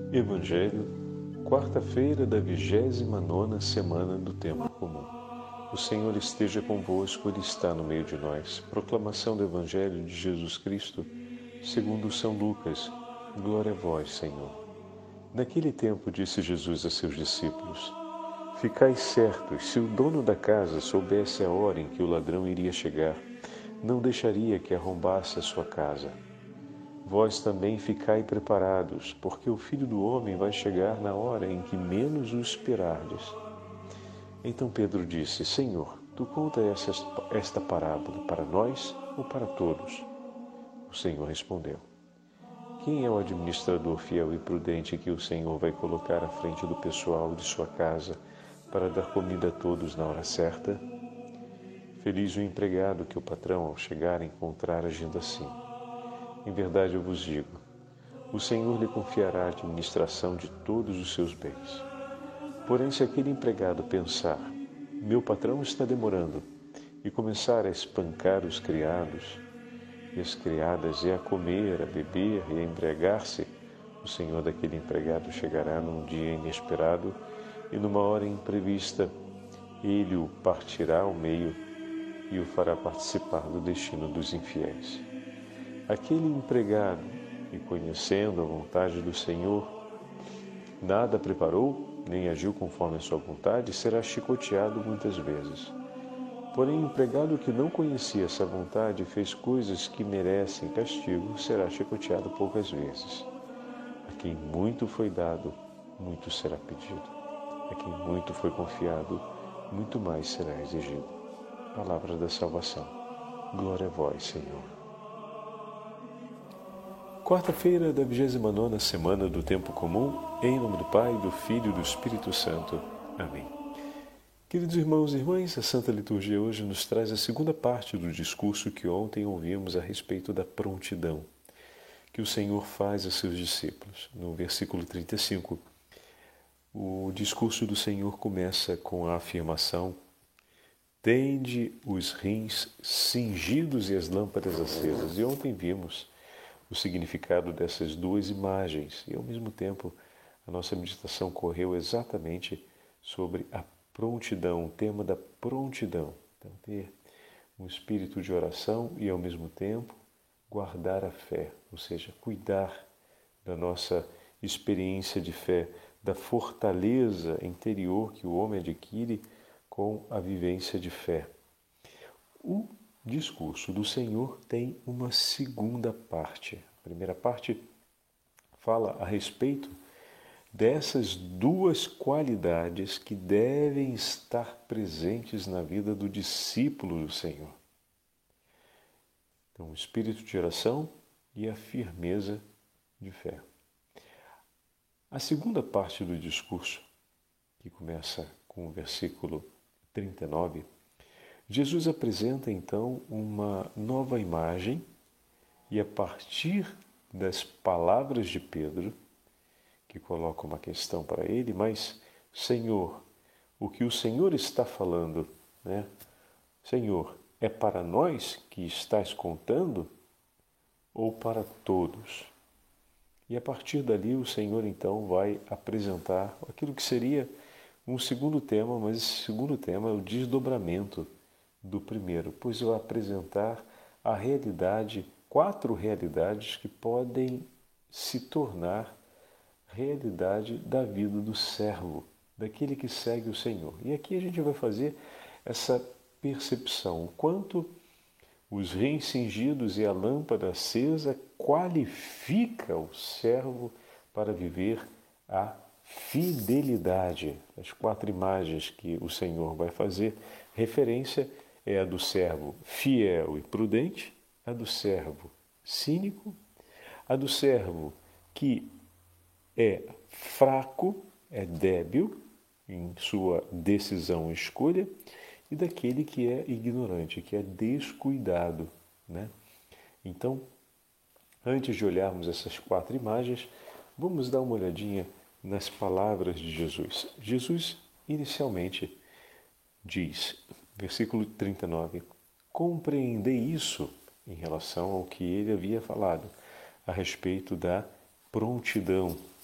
Evangelho, quarta-feira da 29ª semana do Tempo Comum. O Senhor esteja convosco, Ele está no meio de nós. Proclamação do Evangelho de Jesus Cristo, segundo São Lucas. Glória a vós, Senhor. Naquele tempo disse Jesus a seus discípulos: Ficai certos, se o dono da casa soubesse a hora em que o ladrão iria chegar, não deixaria que arrombasse a sua casa. Vós também ficai preparados, porque o Filho do Homem vai chegar na hora em que menos o esperardes. Então Pedro disse: Senhor, tu conta esta parábola para nós ou para todos? O Senhor respondeu: Quem é o administrador fiel e prudente que o Senhor vai colocar à frente do pessoal de sua casa para dar comida a todos na hora certa? Feliz o empregado que o patrão, ao chegar, encontrar agindo assim. Em verdade eu vos digo, o Senhor lhe confiará a administração de todos os seus bens. Porém, se aquele empregado pensar, meu patrão está demorando, e começar a espancar os criados e as criadas, e a comer, a beber e a embriagar-se, o Senhor daquele empregado chegará num dia inesperado e numa hora imprevista. Ele o partirá ao meio e o fará participar do destino dos infiéis. Aquele empregado, e conhecendo a vontade do Senhor, nada preparou, nem agiu conforme a sua vontade, será chicoteado muitas vezes. Porém, o empregado que não conhecia essa vontade e fez coisas que merecem castigo, será chicoteado poucas vezes. A quem muito foi dado, muito será pedido. A quem muito foi confiado, muito mais será exigido. Palavra da salvação. Glória a vós, Senhor. Quarta-feira da 29ª semana do Tempo Comum, em nome do Pai, do Filho e do Espírito Santo. Amém. Queridos irmãos e irmãs, a Santa Liturgia hoje nos traz a segunda parte do discurso que ontem ouvimos a respeito da prontidão que o Senhor faz a seus discípulos. No versículo 35, o discurso do Senhor começa com a afirmação: Tende os rins cingidos e as lâmpadas acesas. E ontem vimos o significado dessas duas imagens e, ao mesmo tempo, a nossa meditação correu exatamente sobre a prontidão, o tema da prontidão. Então, ter um espírito de oração e, ao mesmo tempo, guardar a fé, ou seja, cuidar da nossa experiência de fé, da fortaleza interior que o homem adquire com a vivência de fé. O discurso do Senhor tem uma segunda parte. A primeira parte fala a respeito dessas duas qualidades que devem estar presentes na vida do discípulo do Senhor. Então, o espírito de oração e a firmeza de fé. A segunda parte do discurso, que começa com o versículo 39, Jesus apresenta então uma nova imagem e, a partir das palavras de Pedro, que coloca uma questão para ele, mas, Senhor, o que o Senhor está falando, né? Senhor, é para nós que estás contando ou para todos? E a partir dali o Senhor então vai apresentar aquilo que seria um segundo tema, mas esse segundo tema é o desdobramento do primeiro, pois vai apresentar a realidade, 4 realidades que podem se tornar realidade da vida do servo, daquele que segue o Senhor. E aqui a gente vai fazer essa percepção, o quanto os rins cingidos e a lâmpada acesa qualifica o servo para viver a fidelidade. As 4 imagens que o Senhor vai fazer referência é a do servo fiel e prudente, a do servo cínico, a do servo que é fraco, é débil em sua decisão e escolha, e daquele que é ignorante, que é descuidado, né? Então, antes de olharmos essas 4 imagens, vamos dar uma olhadinha nas palavras de Jesus. Jesus, inicialmente, diz, versículo 39, compreendei isso em relação ao que ele havia falado a respeito da prontidão.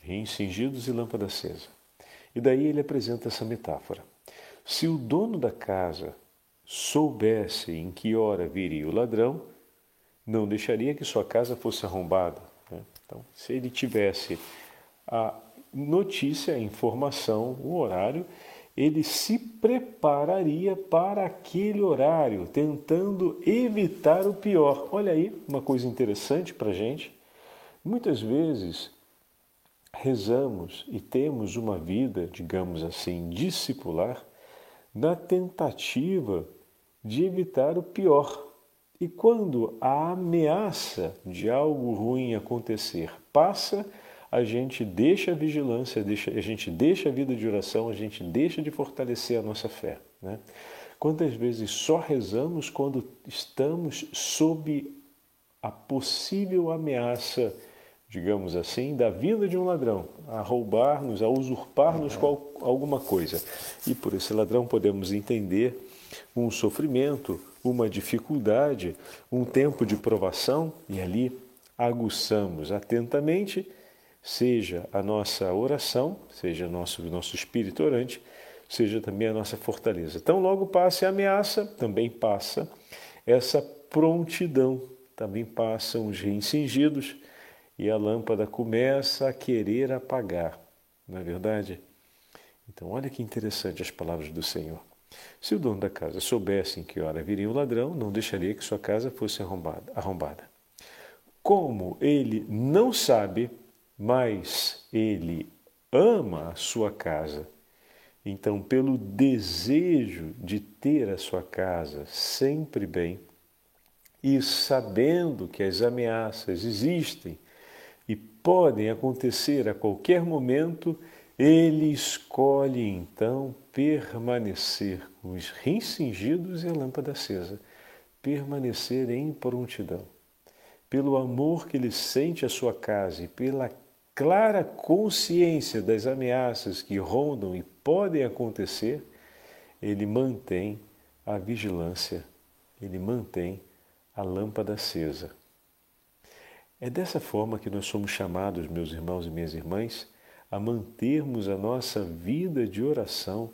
rins cingidos e lâmpada acesa. E daí ele apresenta essa metáfora. Se o dono da casa soubesse em que hora viria o ladrão, não deixaria que sua casa fosse arrombada. Então, se ele tivesse a notícia, a informação, o horário, ele se prepararia para aquele horário, tentando evitar o pior. Olha aí, uma coisa interessante para a gente. Muitas vezes rezamos e temos uma vida, digamos assim, discipular, na tentativa de evitar o pior. E quando a ameaça de algo ruim acontecer passa, a gente deixa a vigilância, a gente deixa a vida de oração, a gente deixa de fortalecer a nossa fé. Quantas vezes só rezamos quando estamos sob a possível ameaça, digamos assim, da vinda de um ladrão, a roubar-nos, a usurpar-nos com alguma coisa. E por esse ladrão podemos entender um sofrimento, uma dificuldade, um tempo de provação, e ali aguçamos atentamente, seja a nossa oração, seja o nosso espírito orante, seja também a nossa fortaleza. Então, logo passa a ameaça, também passa essa prontidão, também passam os rins cingidos e a lâmpada começa a querer apagar, não é verdade? Então, olha que interessante as palavras do Senhor. Se o dono da casa soubesse em que hora viria o ladrão, não deixaria que sua casa fosse arrombada. Como ele não sabe, mas ele ama a sua casa, então, pelo desejo de ter a sua casa sempre bem, e sabendo que as ameaças existem e podem acontecer a qualquer momento, ele escolhe então permanecer com os rins cingidos e a lâmpada acesa, permanecer em prontidão. Pelo amor que ele sente à sua casa e pela clara consciência das ameaças que rondam e podem acontecer, ele mantém a vigilância, ele mantém a lâmpada acesa. É dessa forma que nós somos chamados, meus irmãos e minhas irmãs, a mantermos a nossa vida de oração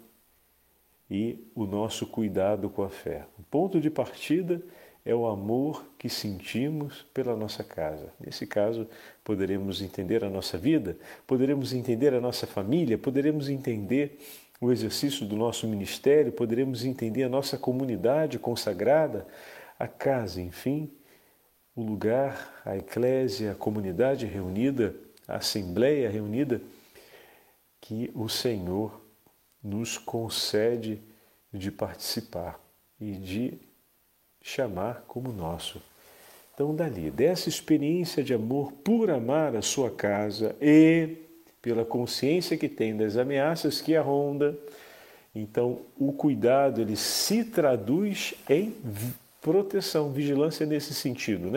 e o nosso cuidado com a fé. O ponto de partida é o amor que sentimos pela nossa casa. Nesse caso, poderemos entender a nossa vida, poderemos entender a nossa família, poderemos entender o exercício do nosso ministério, poderemos entender a nossa comunidade consagrada, a casa, enfim, o lugar, a eclésia, a comunidade reunida, a assembleia reunida, que o Senhor nos concede de participar e de chamar como nosso. Então, dali, dessa experiência de amor por amar a sua casa e pela consciência que tem das ameaças que a ronda, então o cuidado ele se traduz em proteção, vigilância nesse sentido,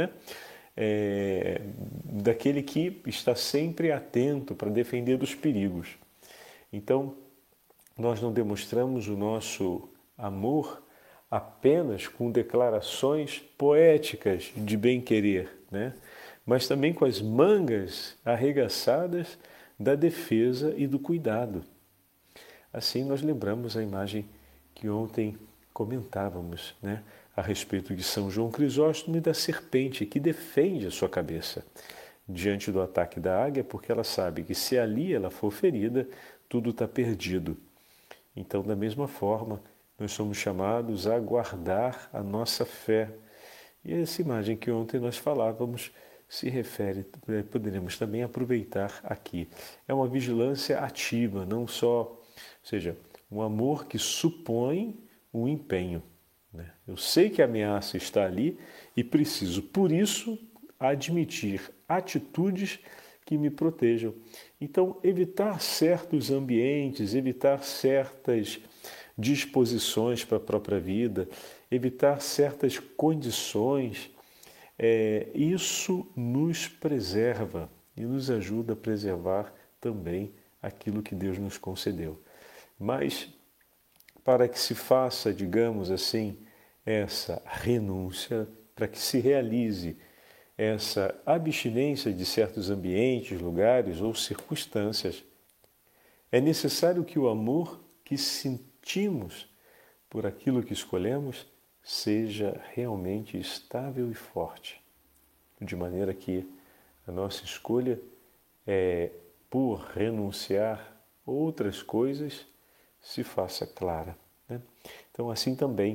daquele que está sempre atento para defender dos perigos. Então, nós não demonstramos o nosso amor apenas com declarações poéticas de bem-querer, mas também com as mangas arregaçadas da defesa e do cuidado. Assim, nós lembramos a imagem que ontem comentávamos, a respeito de São João Crisóstomo e da serpente que defende a sua cabeça diante do ataque da águia, porque ela sabe que se ali ela for ferida, tudo está perdido. Então, da mesma forma, nós somos chamados a guardar a nossa fé. E essa imagem que ontem nós falávamos se refere, poderemos também aproveitar aqui. É uma vigilância ativa, não só, ou seja, um amor que supõe um empenho. Eu sei que a ameaça está ali e preciso, por isso, admitir atitudes que me protejam. Então, evitar certos ambientes, evitar certas disposições para a própria vida, evitar certas condições, isso nos preserva e nos ajuda a preservar também aquilo que Deus nos concedeu. Mas, para que se faça, digamos assim, essa renúncia, para que se realize essa abstinência de certos ambientes, lugares ou circunstâncias, é necessário que o amor que sentimos por aquilo que escolhemos seja realmente estável e forte, de maneira que a nossa escolha por renunciar outras coisas se faça clara, né? Então, assim também,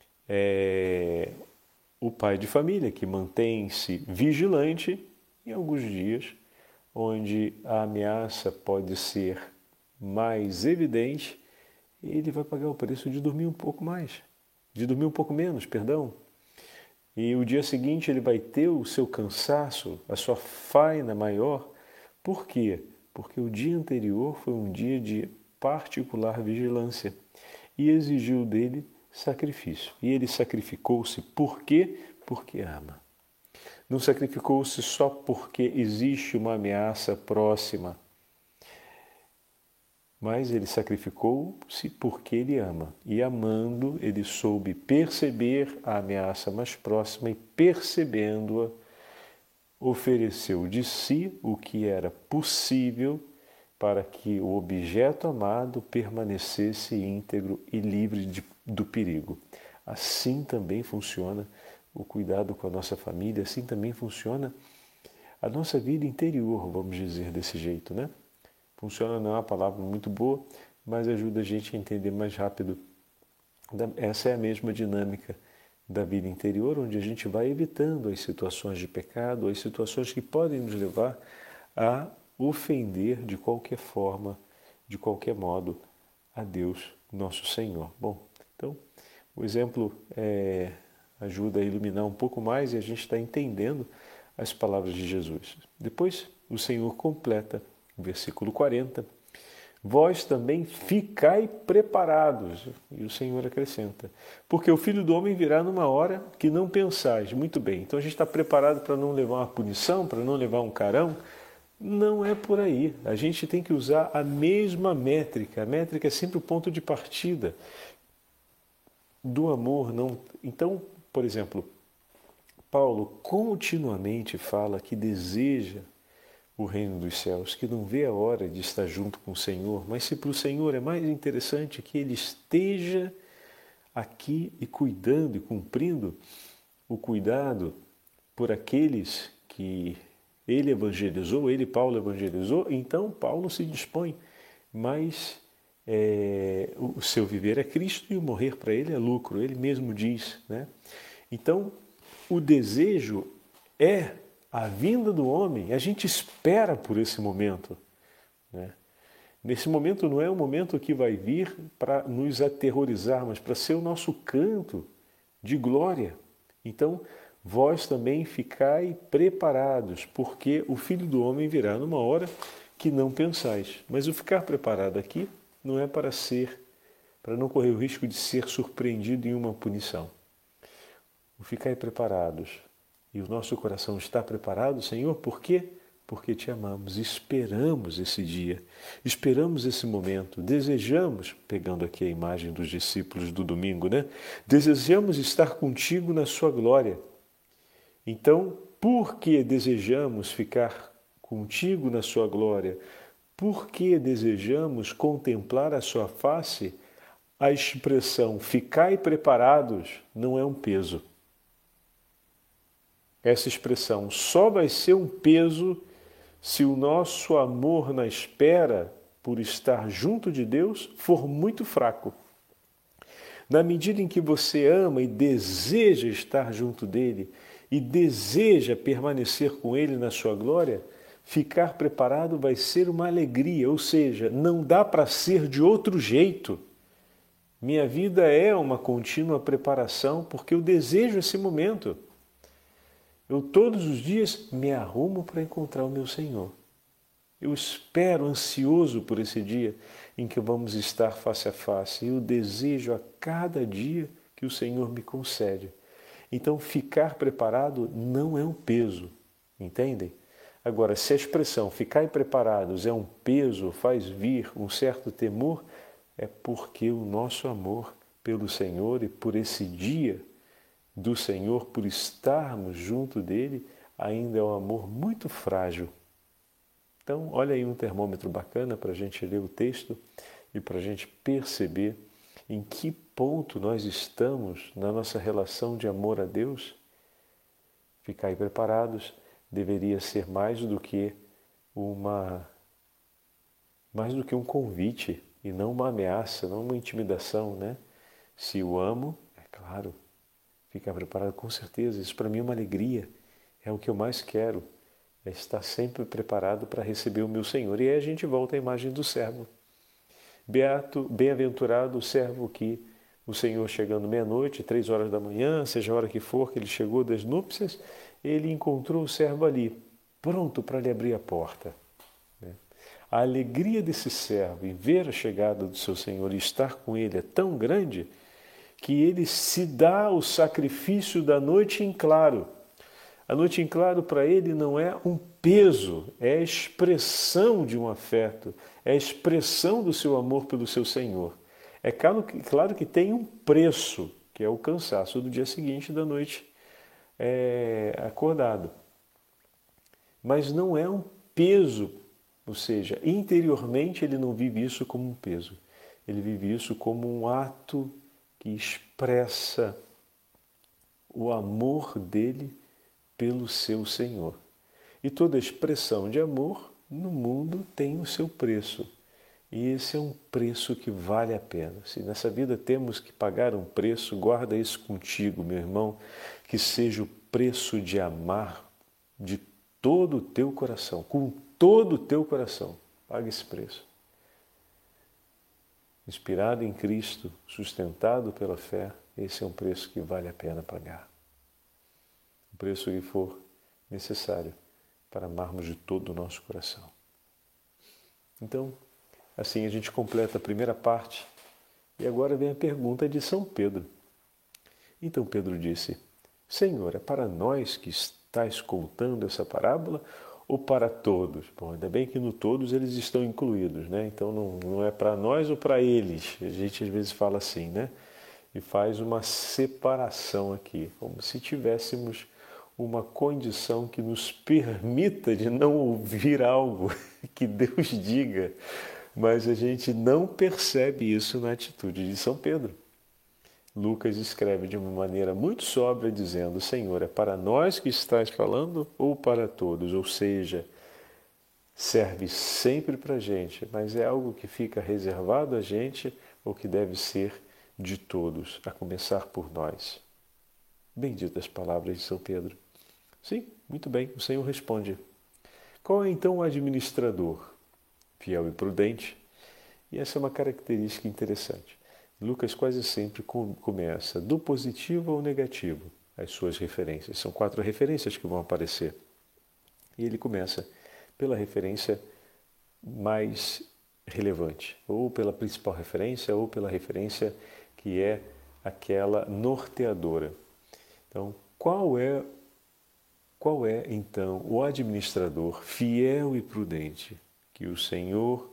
o pai de família que mantém-se vigilante em alguns dias, onde a ameaça pode ser mais evidente, ele vai pagar o preço de dormir um pouco mais, de dormir um pouco menos, perdão. E o dia seguinte ele vai ter o seu cansaço, a sua faina maior. Por quê? Porque o dia anterior foi um dia de particular vigilância e exigiu dele sacrifício. E ele sacrificou-se por quê? Porque ama. Não sacrificou-se só porque existe uma ameaça próxima, mas ele sacrificou-se porque ele ama. E amando, ele soube perceber a ameaça mais próxima e, percebendo-a, ofereceu de si o que era possível para que o objeto amado permanecesse íntegro e livre do perigo. Assim também funciona o cuidado com a nossa família, assim também funciona a nossa vida interior, vamos dizer desse jeito, né? Funciona não é uma palavra muito boa, mas ajuda a gente a entender mais rápido. Essa é a mesma dinâmica da vida interior, onde a gente vai evitando as situações de pecado, as situações que podem nos levar a ofender de qualquer forma, de qualquer modo, a Deus, nosso Senhor. Bom, então, o exemplo ajuda a iluminar um pouco mais e a gente está entendendo as palavras de Jesus. Depois, o Senhor completa, versículo 40, vós também ficai preparados. E o Senhor acrescenta, porque o Filho do Homem virá numa hora que não pensais. Muito bem, então a gente está preparado para não levar uma punição, para não levar um carão? Não é por aí. A gente tem que usar a mesma métrica. A métrica é sempre o ponto de partida do amor. Não. Então, por exemplo, Paulo continuamente fala que deseja o reino dos céus, que não vê a hora de estar junto com o Senhor, mas se para o Senhor é mais interessante que ele esteja aqui e cuidando e cumprindo o cuidado por aqueles que ele evangelizou, ele, Paulo, evangelizou, então Paulo se dispõe, mas o seu viver é Cristo e o morrer para ele é lucro, ele mesmo diz, né? Então, o desejo é a vinda do homem, a gente espera por esse momento, né? Nesse momento não é um momento que vai vir para nos aterrorizar, mas para ser o nosso canto de glória. Então, vós também ficai preparados, porque o Filho do Homem virá numa hora que não pensais. Mas o ficar preparado aqui não é para não correr o risco de ser surpreendido em uma punição. O ficai preparados. E o nosso coração está preparado, Senhor, por quê? Porque te amamos, esperamos esse dia, esperamos esse momento, desejamos, pegando aqui a imagem dos discípulos do domingo, né? Desejamos estar contigo na sua glória. Então, porque desejamos ficar contigo na sua glória, porque desejamos contemplar a sua face, a expressão ficai preparados não é um peso. Essa expressão só vai ser um peso se o nosso amor na espera por estar junto de Deus for muito fraco. Na medida em que você ama e deseja estar junto dele e deseja permanecer com ele na sua glória, ficar preparado vai ser uma alegria, ou seja, não dá para ser de outro jeito. Minha vida é uma contínua preparação porque eu desejo esse momento. Eu todos os dias me arrumo para encontrar o meu Senhor. Eu espero ansioso por esse dia em que vamos estar face a face. Eu desejo a cada dia que o Senhor me concede. Então, ficar preparado não é um peso, entendem? Agora, se a expressão ficar preparados é um peso, faz vir um certo temor, é porque o nosso amor pelo Senhor e por esse dia do Senhor, por estarmos junto dele, ainda é um amor muito frágil. Então, olha aí um termômetro bacana para a gente ler o texto e para a gente perceber em que ponto nós estamos na nossa relação de amor a Deus. Ficar aí preparados deveria ser mais do que um convite e não uma ameaça, não uma intimidação, né? Se o amo, é claro, ficar preparado com certeza. Isso para mim é uma alegria, é o que eu mais quero, é estar sempre preparado para receber o meu Senhor. E aí a gente volta à imagem do servo. Bem-aventurado o servo que o Senhor, chegando meia-noite, 3 horas da manhã, seja a hora que for que ele chegou das núpcias, ele encontrou o servo ali, pronto para lhe abrir a porta. A alegria desse servo em ver a chegada do seu Senhor e estar com ele é tão grande que ele se dá o sacrifício da noite em claro. A noite em claro para ele não é um peso, é a expressão de um afeto, é a expressão do seu amor pelo seu Senhor. É claro que tem um preço, que é o cansaço do dia seguinte, da noite acordado. Mas não é um peso, ou seja, interiormente ele não vive isso como um peso. Ele vive isso como um ato que expressa o amor dele pelo seu Senhor. E toda expressão de amor no mundo tem o seu preço. E esse é um preço que vale a pena. Se nessa vida temos que pagar um preço, guarda isso contigo, meu irmão, que seja o preço de amar de todo o teu coração, com todo o teu coração. Paga esse preço. Inspirado em Cristo, sustentado pela fé, esse é um preço que vale a pena pagar. O preço que for necessário para amarmos de todo o nosso coração. Então, assim a gente completa a primeira parte e agora vem a pergunta de São Pedro. Então Pedro disse: Senhor, é para nós que estás contando essa parábola ou para todos? Bom, ainda bem que no todos eles estão incluídos, né? Então não é para nós ou para eles. A gente às vezes fala assim, né? E faz uma separação aqui, como se tivéssemos uma condição que nos permita de não ouvir algo que Deus diga, mas a gente não percebe isso na atitude de São Pedro. Lucas escreve de uma maneira muito sóbria, dizendo: Senhor, é para nós que estás falando ou para todos? Ou seja, serve sempre para a gente, mas é algo que fica reservado a gente ou que deve ser de todos, a começar por nós. Benditas palavras de São Pedro. Sim, muito bem, o Senhor responde. Qual é então o administrador? Fiel e prudente. E essa é uma característica interessante. Lucas quase sempre começa do positivo ao negativo, as suas referências. São 4 referências que vão aparecer. E ele começa pela referência mais relevante, ou pela principal referência, ou pela referência que é aquela norteadora. Então, qual é então o administrador fiel e prudente que o Senhor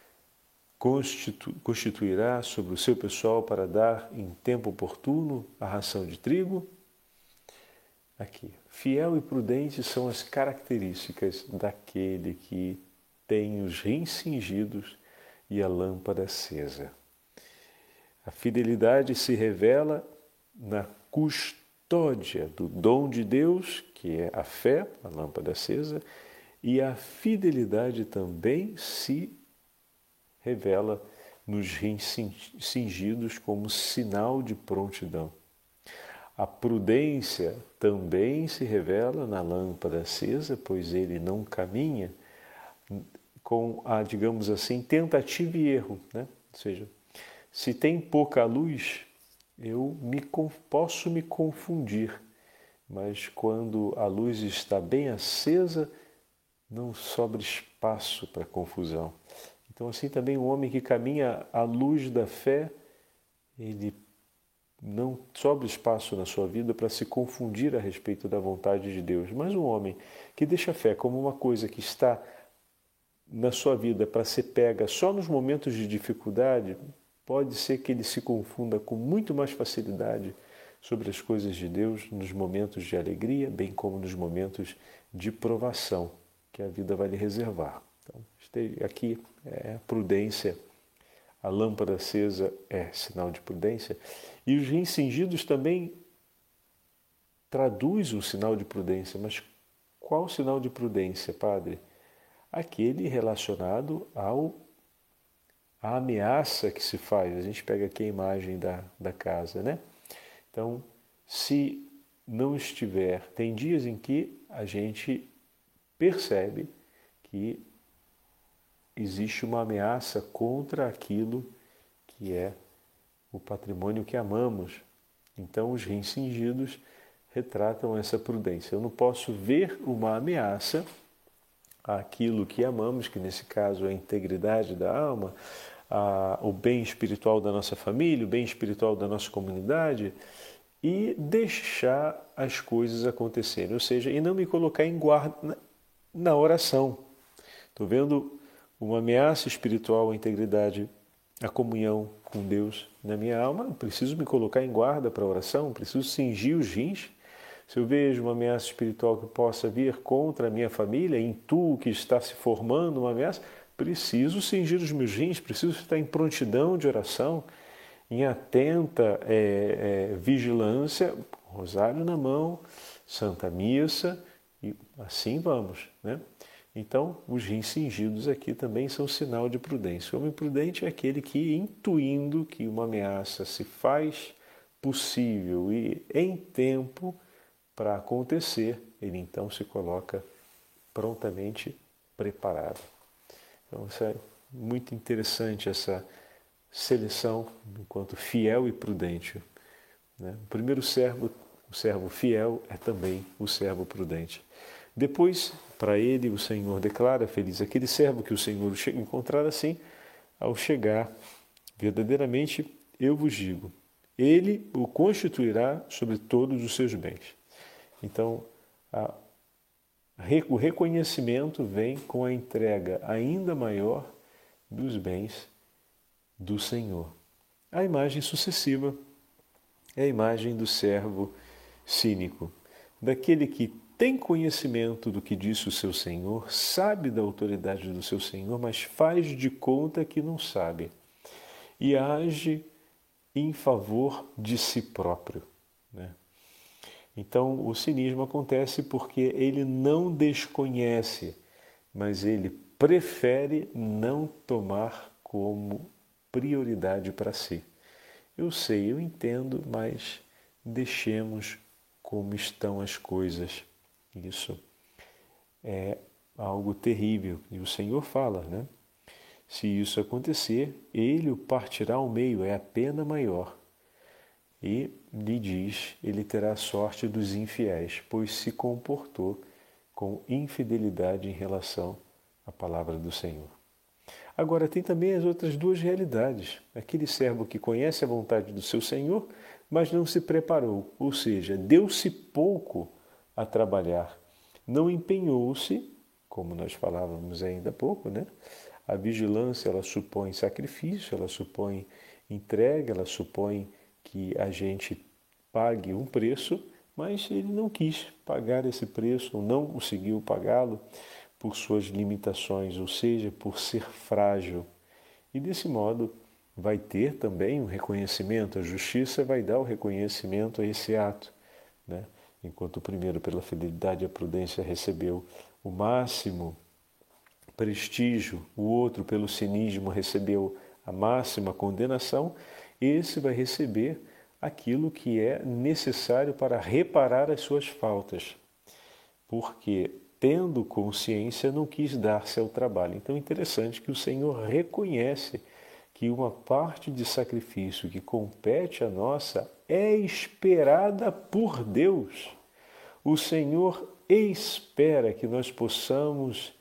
constituirá sobre o seu pessoal para dar em tempo oportuno a ração de trigo? Aqui, fiel e prudente são as características daquele que tem os rins cingidos e a lâmpada acesa. A fidelidade se revela na custódia do dom de Deus, que é a fé, a lâmpada acesa, e a fidelidade também se revela nos rins cingidos como sinal de prontidão. A prudência também se revela na lâmpada acesa, pois ele não caminha com a, digamos assim, tentativa e erro, né? Ou seja, se tem pouca luz, eu posso me confundir, mas quando a luz está bem acesa, não sobra espaço para confusão. Então, assim também o homem que caminha à luz da fé, ele não sobra espaço na sua vida para se confundir a respeito da vontade de Deus. Mas um homem que deixa a fé como uma coisa que está na sua vida para ser pega só nos momentos de dificuldade, pode ser que ele se confunda com muito mais facilidade sobre as coisas de Deus nos momentos de alegria, bem como nos momentos de provação que a vida vai lhe reservar. Então, aqui é prudência. A lâmpada acesa é sinal de prudência. E os rins cingidos também traduz um sinal de prudência. Mas qual sinal de prudência, padre? Aquele relacionado à ameaça que se faz. A gente pega aqui a imagem da casa, né? Então, se não estiver... Tem dias em que a gente percebe que existe uma ameaça contra aquilo que é o patrimônio que amamos. Então, os rins cingidos retratam essa prudência. Eu não posso ver uma ameaça àquilo que amamos, que nesse caso é a integridade da alma, o bem espiritual da nossa família, o bem espiritual da nossa comunidade, e deixar as coisas acontecerem. Ou seja, e não me colocar em guarda na oração. Estou vendo uma ameaça espiritual à integridade, à comunhão com Deus na minha alma, preciso me colocar em guarda para a oração, preciso cingir os rins. Se eu vejo uma ameaça espiritual que possa vir contra a minha família, intuo que está se formando uma ameaça, preciso cingir os meus rins, preciso estar em prontidão de oração, em atenta vigilância, rosário na mão, Santa Missa, e assim vamos, né? Então, os rins cingidos aqui também são sinal de prudência. O homem prudente é aquele que, intuindo que uma ameaça se faz possível e em tempo para acontecer, ele então se coloca prontamente preparado. Então, isso é muito interessante, essa seleção enquanto fiel e prudente, né? O primeiro servo, o servo fiel, é também o servo prudente. Depois, para ele, o Senhor declara: feliz aquele servo que o Senhor encontrar assim, ao chegar, verdadeiramente, eu vos digo, ele o constituirá sobre todos os seus bens. Então, o reconhecimento vem com a entrega ainda maior dos bens do Senhor. A imagem sucessiva é a imagem do servo cínico, daquele que tem conhecimento do que disse o seu Senhor, sabe da autoridade do seu Senhor, mas faz de conta que não sabe e age em favor de si próprio, né? Então, o cinismo acontece porque ele não desconhece, mas ele prefere não tomar como prioridade para si. Eu sei, eu entendo, mas deixemos como estão as coisas. Isso é algo terrível. E o Senhor fala, né? Se isso acontecer, ele o partirá ao meio, é a pena maior. E lhe diz, ele terá a sorte dos infiéis, pois se comportou com infidelidade em relação à palavra do Senhor. Agora, tem também as outras duas realidades. Aquele servo que conhece a vontade do seu Senhor, mas não se preparou, ou seja, deu-se pouco a trabalhar. Não empenhou-se, como nós falávamos ainda há pouco, né? A vigilância, ela supõe sacrifício, ela supõe entrega, ela supõe que a gente pague um preço, mas ele não quis pagar esse preço, ou não conseguiu pagá-lo por suas limitações, ou seja, por ser frágil. E desse modo vai ter também um reconhecimento, a justiça vai dar o reconhecimento a esse ato, né? Enquanto o primeiro, pela fidelidade e a prudência, recebeu o máximo prestígio, o outro, pelo cinismo, recebeu a máxima condenação, esse vai receber aquilo que é necessário para reparar as suas faltas, porque, tendo consciência, não quis dar-se ao trabalho. Então é interessante que o Senhor reconhece que uma parte de sacrifício que compete a nossa é esperada por Deus. O Senhor espera que nós possamos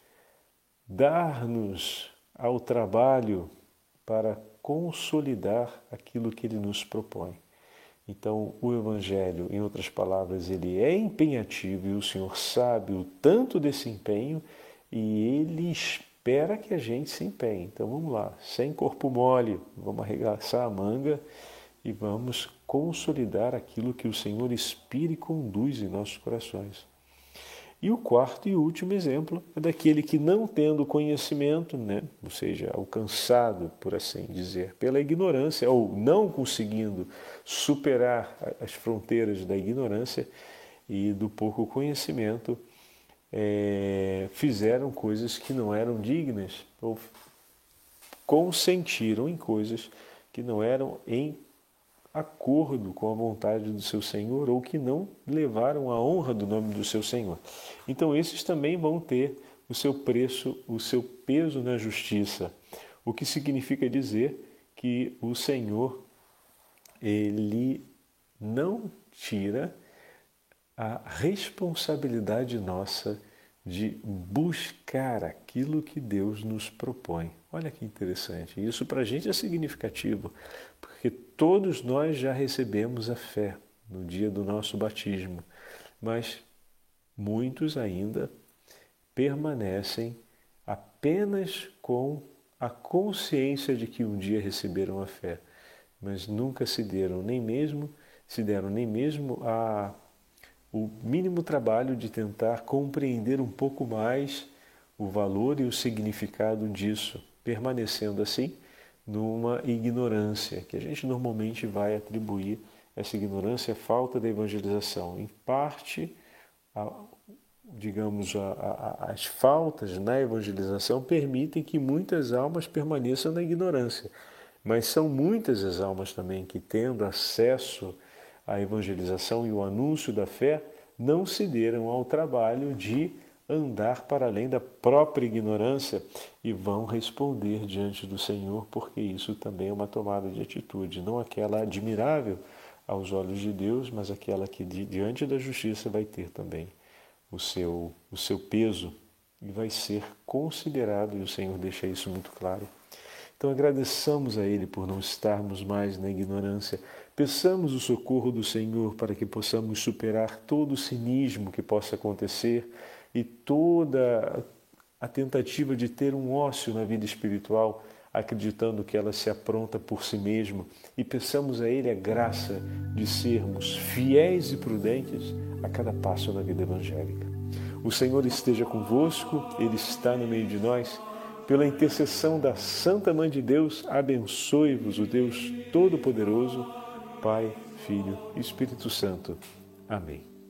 dar-nos ao trabalho para consolidar aquilo que Ele nos propõe. Então, o Evangelho, em outras palavras, ele é empenhativo e o Senhor sabe o tanto desse empenho e Ele espera que a gente se empenhe. Então, vamos lá, sem corpo mole, vamos arregaçar a manga e vamos consolidar aquilo que o Senhor inspira e conduz em nossos corações. E o quarto e último exemplo é daquele que, não tendo conhecimento, ou seja, alcançado, por assim dizer, pela ignorância, ou não conseguindo superar as fronteiras da ignorância e do pouco conhecimento, fizeram coisas que não eram dignas, ou consentiram em coisas que não eram em acordo com a vontade do seu Senhor, ou que não levaram a honra do nome do seu Senhor. Então esses também vão ter o seu preço, o seu peso na justiça, o que significa dizer que o Senhor, Ele não tira a responsabilidade nossa de buscar aquilo que Deus nos propõe. Olha que interessante. Isso para a gente é significativo, porque todos nós já recebemos a fé no dia do nosso batismo, mas muitos ainda permanecem apenas com a consciência de que um dia receberam a fé, mas nunca se deram nem mesmo o mínimo trabalho de tentar compreender um pouco mais o valor e o significado disso, permanecendo assim numa ignorância, que a gente normalmente vai atribuir essa ignorância à falta da evangelização. Em parte, as faltas na evangelização permitem que muitas almas permaneçam na ignorância, mas são muitas as almas também que, tendo acesso à evangelização e o anúncio da fé, não se deram ao trabalho de andar para além da própria ignorância e vão responder diante do Senhor, porque isso também é uma tomada de atitude, não aquela admirável aos olhos de Deus, mas aquela que diante da justiça vai ter também o seu peso e vai ser considerado, e o Senhor deixa isso muito claro. Então agradeçamos a Ele por não estarmos mais na ignorância, peçamos o socorro do Senhor para que possamos superar todo o cinismo que possa acontecer e toda a tentativa de ter um ócio na vida espiritual, acreditando que ela se apronta por si mesmo, e peçamos a Ele a graça de sermos fiéis e prudentes a cada passo na vida evangélica. O Senhor esteja convosco, Ele está no meio de nós. Pela intercessão da Santa Mãe de Deus, abençoe-vos o Deus Todo-Poderoso, Pai, Filho e Espírito Santo. Amém.